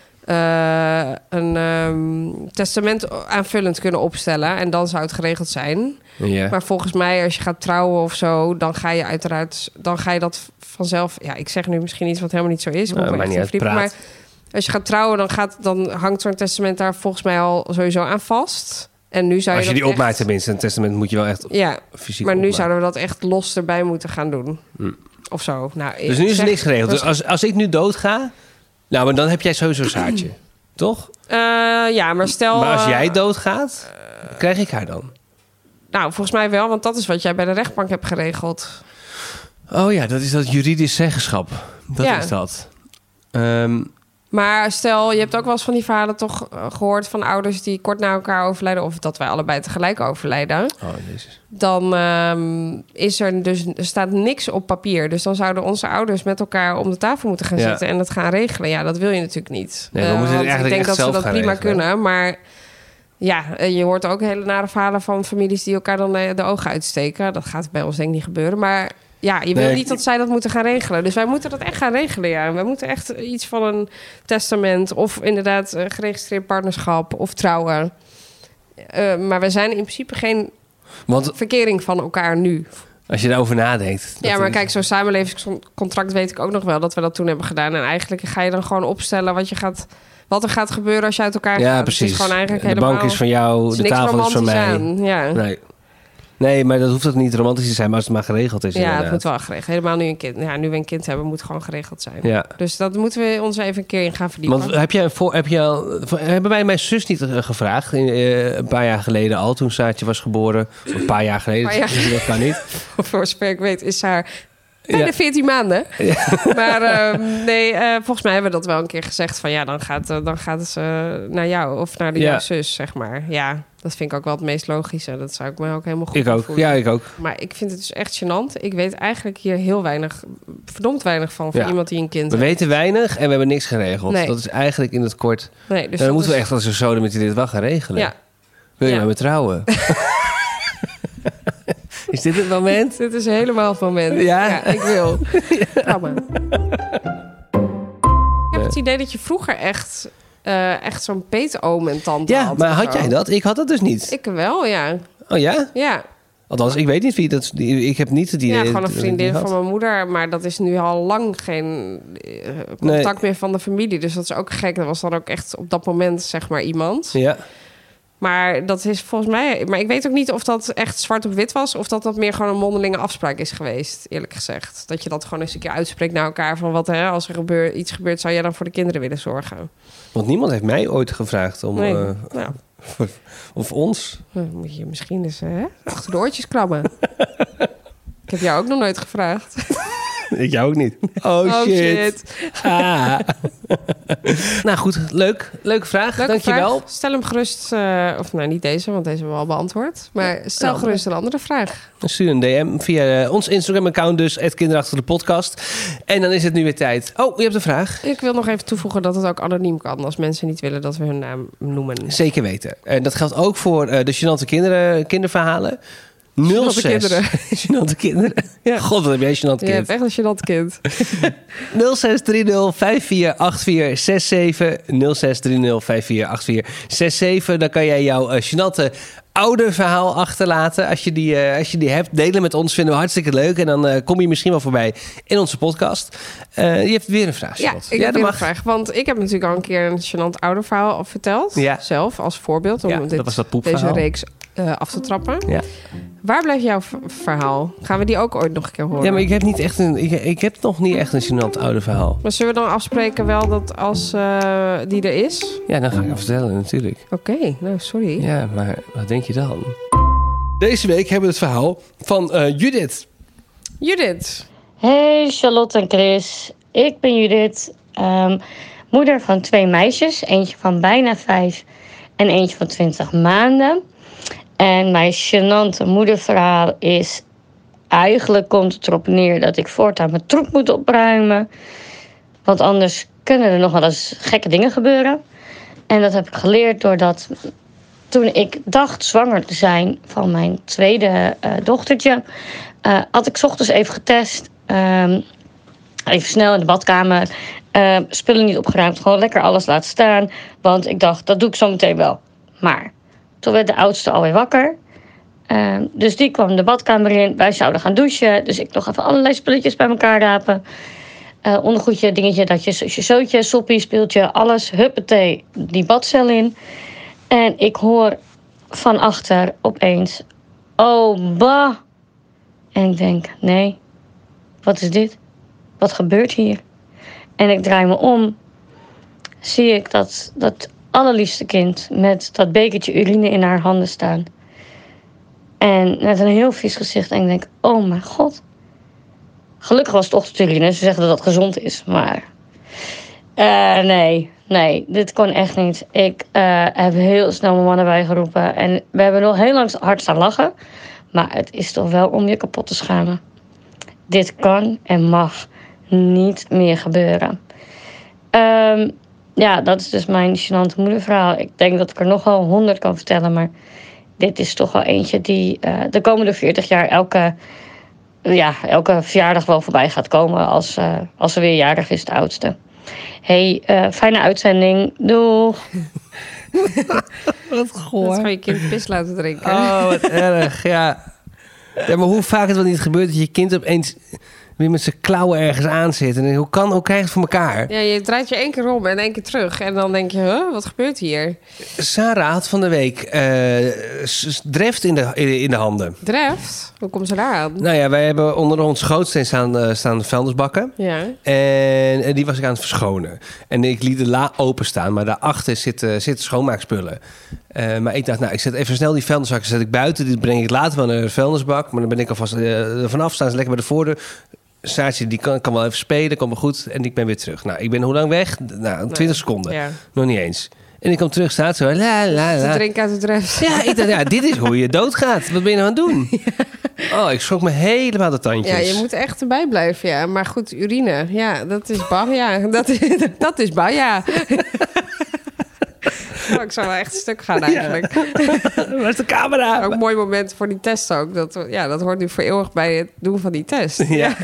uh, een um, testament aanvullend kunnen opstellen. En dan zou het geregeld zijn. Ja. Maar volgens mij, als je gaat trouwen of zo, dan ga je uiteraard, dan ga je dat vanzelf. Ja, ik zeg nu misschien iets wat helemaal niet zo is. Nou, maar, niet verdiepen, maar als je gaat trouwen, dan, gaat, dan hangt zo'n testament daar volgens mij al sowieso aan vast. En nu zou als je, je die echt... opmaakt tenminste, een testament moet je wel echt ja, fysiek maar nu opmaken. zouden we dat echt los erbij moeten gaan doen. Hm. Of zo. Nou, dus nu is er zeg, niks geregeld. was... Dus als, als ik nu dood ga, nou, maar dan heb jij sowieso een zaadje. Toch? Uh, ja, maar stel... Maar als jij doodgaat, uh, krijg ik haar dan? Nou, volgens mij wel, want dat is wat jij bij de rechtbank hebt geregeld. Oh ja, dat is dat juridisch zeggenschap. Dat ja. is dat. Um, Maar stel, je hebt ook wel eens van die verhalen toch gehoord van ouders die kort na elkaar overlijden, of dat wij allebei tegelijk overlijden. Oh, jezus. Dan um, is er dus er staat niks op papier. Dus dan zouden onze ouders met elkaar om de tafel moeten gaan ja. zitten en het gaan regelen. Ja, dat wil je natuurlijk niet. Nee, we uh, moeten want het ik denk dat ze dat prima regelen. kunnen, maar ja, je hoort ook hele nare verhalen van families die elkaar dan de ogen uitsteken. Dat gaat bij ons denk ik niet gebeuren, maar ja, je wil nee, niet dat zij dat moeten gaan regelen. Dus wij moeten dat echt gaan regelen, ja. Wij moeten echt iets van een testament of inderdaad uh, geregistreerd partnerschap of trouwen. Uh, maar we zijn in principe geen Want, verkering van elkaar nu. Als je daarover nadenkt. Ja, maar kijk, zo'n samenlevingscontract weet ik ook nog wel dat we dat toen hebben gedaan. En eigenlijk ga je dan gewoon opstellen wat je gaat... wat er gaat gebeuren als je uit elkaar Ja, gaat. precies. Het is gewoon eigenlijk de helemaal... bank is van jou, de niks tafel is van mij. Aan. Ja. Nee. nee, maar dat hoeft ook niet romantisch te zijn, maar als het maar geregeld is. Ja, inderdaad. het moet wel geregeld. Helemaal nu een kind. Ja, nu we een kind hebben, moet het gewoon geregeld zijn. Ja. Dus dat moeten we ons even een keer in gaan verdiepen. Want heb jij voor, heb je al, hebben wij mijn zus niet uh, gevraagd? In, uh, een paar jaar geleden al, toen Saartje was geboren. Een paar jaar geleden, Paar jaar dus dat kan niet. Voor zover ik weet is haar bijna Ja. veertien maanden. Ja. Maar uh, nee, uh, volgens mij hebben we dat wel een keer gezegd. Van ja, dan gaat, uh, dan gaat ze uh, naar jou of naar de Ja. jouw zus, zeg maar. Ja, dat vind ik ook wel het meest logische. Dat zou ik me ook helemaal goed Ik ook, voelen. ja, ik ook. Maar ik vind het dus echt gênant. Ik weet eigenlijk hier heel weinig, verdomd weinig van... van Ja. iemand die een kind We heeft. weten weinig en we hebben niks geregeld. Nee. Dat is eigenlijk in het kort. Nee, dus En dan dat moeten we is- echt als een zoden met dit wel gaan regelen. Ja. Wil je Ja. met me trouwen? Is dit het moment? Dit is helemaal het moment. Ja. ik wil. Ja. maar. Ik heb het idee dat je vroeger echt, uh, echt zo'n peetoom en tante Ja, had. maar of had zo. jij dat? Ik had dat dus niet. Ik wel, ja. Oh ja? Ja, Althans, ik weet niet wie dat... Ik heb niet het idee... ja gewoon een dat ik die vriendin had. van mijn moeder. Maar dat is nu al lang geen uh, contact meer van de familie. Dus dat is ook gek. Dat was dan ook echt op dat moment, zeg maar, iemand. Ja. Maar dat is volgens mij... Maar ik weet ook niet of dat echt zwart op wit was... of dat dat meer gewoon een mondelinge afspraak is geweest, eerlijk gezegd. Dat je dat gewoon eens een keer uitspreekt naar elkaar... van wat, hè, als er gebeur, iets gebeurt... zou jij dan voor de kinderen willen zorgen? Want niemand heeft mij ooit gevraagd om... Nee. Uh, Nou, of ons. dan moet je misschien eens hè, achter de oortjes krabben. Ik heb jou ook nog nooit gevraagd. Ik jou ook niet. Oh, shit. Ah. Nou goed, leuk. Leuke vraag. Leuke Dankjewel. vraag. Stel hem gerust... Uh, of nou, niet deze, want deze hebben we al beantwoord. Maar stel Ja, gerust een andere vraag. Stuur een D M via uh, ons Instagram-account dus, het Kinderachter de podcast. En dan is het nu weer tijd. Oh, je hebt een vraag. Ik wil nog even toevoegen dat het ook anoniem kan... als mensen niet willen dat we hun naam noemen. Zeker weten. En dat geldt ook voor uh, de gênante kinderen, kinderverhalen. nul zes. kinderen. Gênante kinderen. Ja. God, wat heb jij een gênant Je kind. hebt echt een gênant kind. nul zes drie nul vijf vier acht vier zes zeven. nul zes drie nul vijf vier acht vier zes zeven. Dan kan jij jouw uh, gênante ouderverhaal achterlaten. Als je, die, uh, als je die hebt, delen met ons. Vinden we hartstikke leuk. En dan uh, kom je misschien wel voorbij in onze podcast. Uh, je hebt weer een vraag, Ja, Charlotte. ik Ja, heb dat weer mag. een vraag. Want ik heb natuurlijk al een keer een gênant ouderverhaal al verteld. Ja. Zelf, als voorbeeld. Om Ja, dit, dat was dat poepverhaal. deze reeks uh, af te trappen. Ja. Waar blijft jouw v- verhaal? Gaan we die ook ooit nog een keer horen? Ja, maar ik heb, niet echt een, ik, ik heb nog niet echt een gênant ouderverhaal. Maar zullen we dan afspreken wel dat als uh, die er is? Ja, dan ga ik het vertellen natuurlijk. Oké, okay, nou sorry. Ja, maar wat denk je dan? Deze week hebben we het verhaal van uh, Judith. Judith. Hey Charlotte en Chris, ik ben Judith, um, moeder van twee meisjes. Eentje van bijna vijf en eentje van twintig maanden. En mijn gênante moederverhaal is... Eigenlijk komt het erop neer dat ik voortaan mijn troep moet opruimen. Want anders kunnen er nog wel eens gekke dingen gebeuren. En dat heb ik geleerd doordat... Toen ik dacht zwanger te zijn van mijn tweede uh, dochtertje... Uh, had ik 's ochtends even getest. Um, even snel in de badkamer. Uh, spullen niet opgeruimd. Gewoon lekker alles laten staan. Want ik dacht, dat doe ik zo meteen wel. Maar toen werd de oudste alweer wakker. Uh, dus die kwam de badkamer in. Wij zouden gaan douchen. Dus ik nog even allerlei spulletjes bij elkaar rapen. Uh, ondergoedje, dingetje, datje, zusje, zootje, soppie, speeltje. Alles, huppatee, die badcel in. En ik hoor van achter opeens... Oh, bah. En ik denk, nee, wat is dit? Wat gebeurt hier? En ik draai me om. Zie ik dat dat allerliefste kind met dat bekertje urine in haar handen staan. En met een heel vies gezicht. En ik denk, oh mijn god. Gelukkig was het ochtendurine. Ze zeggen dat dat gezond is, maar... Uh, nee, nee, dit kon echt niet. Ik uh, heb heel snel mijn man erbij geroepen. En we hebben nog heel lang hard staan lachen. Maar het is toch wel om je kapot te schamen. Dit kan en mag niet meer gebeuren. Um, ja, dat is dus mijn gênante moederverhaal. Ik denk dat ik er nog wel honderd kan vertellen. Maar dit is toch wel eentje die uh, de komende veertig jaar elke, ja, elke verjaardag wel voorbij gaat komen. Als, uh, als ze weer jarig is, de oudste. Hey, uh, fijne uitzending. Doeg. Wat goor. Dat kan je kind pis laten drinken. Oh, wat erg, ja. Ja, maar hoe vaak het wel niet gebeurt dat je kind opeens weer met zijn klauwen ergens aan zit. En hoe kan, hoe krijg je het voor elkaar? Ja, je draait je één keer om en één keer terug. En dan denk je, huh, wat gebeurt hier? Sarah had van de week uh, Dreft in de, in de handen. Dreft? Hoe komt ze daar aan? Nou ja, wij hebben onder ons schootsteen staan, uh, staan vuilnisbakken. Ja. En, en die was ik aan het verschonen. En ik liet de la openstaan, maar daarachter zitten, zitten schoonmaakspullen. Uh, maar ik dacht, nou, ik zet even snel die vuilniszakken zet ik buiten. Die breng ik later wel naar de vuilnisbak. Maar dan ben ik alvast uh, vanaf, staan ze lekker bij de voordeur. Saartje, die kan, kan wel even spelen, komt wel goed. En ik ben weer terug. Nou, ik ben hoe lang weg? Nou, twintig nee. seconden. Ja. Nog niet eens. En ik kom terug, staat zo, la, la, la. Te drinken uit het Dreft. Ja, ik dacht, ja, dit is hoe je doodgaat. Wat ben je nou aan het doen? Ja. Oh, ik schrok me helemaal de tandjes. Ja, je moet echt erbij blijven, ja. Maar goed, urine, ja, dat is ba, ja. Dat is, dat is ba, ja. Oh, ik zou wel echt stuk gaan eigenlijk. Ja. Waar is de camera? Ook een mooi moment voor die test ook. Dat, ja, dat hoort nu voor eeuwig bij het doen van die test. Ja. Ja.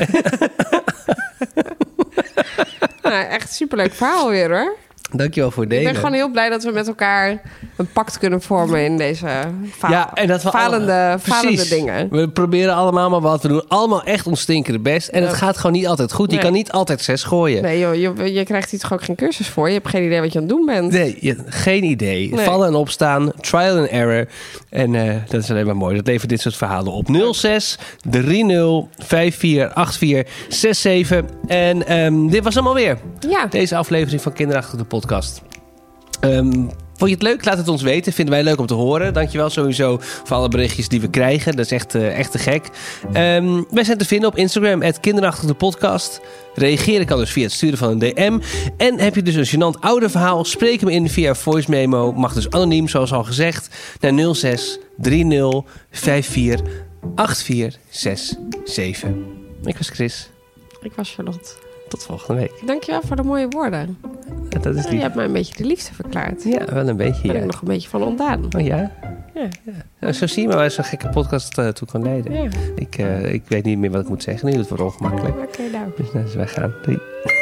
Nou, echt superleuk verhaal weer, hoor. Dankjewel voor het delen. Ik ben gewoon heel blij dat we met elkaar een pact kunnen vormen in deze fa- ja, en dat we falende, allemaal, falende dingen. We proberen allemaal maar wat. We doen allemaal echt ons stinkende best. En ja. Het gaat gewoon niet altijd goed. Je nee. kan niet altijd zes gooien. Nee joh, je, je krijgt hier toch ook geen cursus voor? Je hebt geen idee wat je aan het doen bent. Nee, je, geen idee. Nee. Vallen en opstaan, trial and error. En uh, dat is alleen maar mooi. Dat levert dit soort verhalen op. nul zes drie nul vijf vier acht vier zes zeven. En um, dit was hem alweer. Ja. Deze aflevering van Kinderachtig de podcast. Um, vond je het leuk? Laat het ons weten. Vinden wij leuk om te horen. Dankjewel sowieso voor alle berichtjes die we krijgen. Dat is echt, uh, echt te gek. Um, wij zijn te vinden op Instagram, at Kinderachtig de podcast. Reageren kan dus via het sturen van een D M. En heb je dus een gênant oude verhaal? Spreek hem in via voice memo. Mag dus anoniem, zoals al gezegd. Naar nul zes drie nul vijf vier acht vier zes zeven. Ik was Chris. Ik was Charlotte. Tot volgende week. Dankjewel voor de mooie woorden. Ja, dat is ja, je hebt mij een beetje de liefde verklaard. Ja, wel een beetje. Daar ben ja. ik nog een beetje van ontdaan. Oh ja? Ja. ja. Nou, zo zie je maar waar zo'n gekke podcast uh, toe kan leiden. Ja. Ik, uh, ik weet niet meer wat ik moet zeggen. Nu doet het wordt ongemakkelijk. Oké, okay, nou. Dus, nou, dus wij gaan. Doei.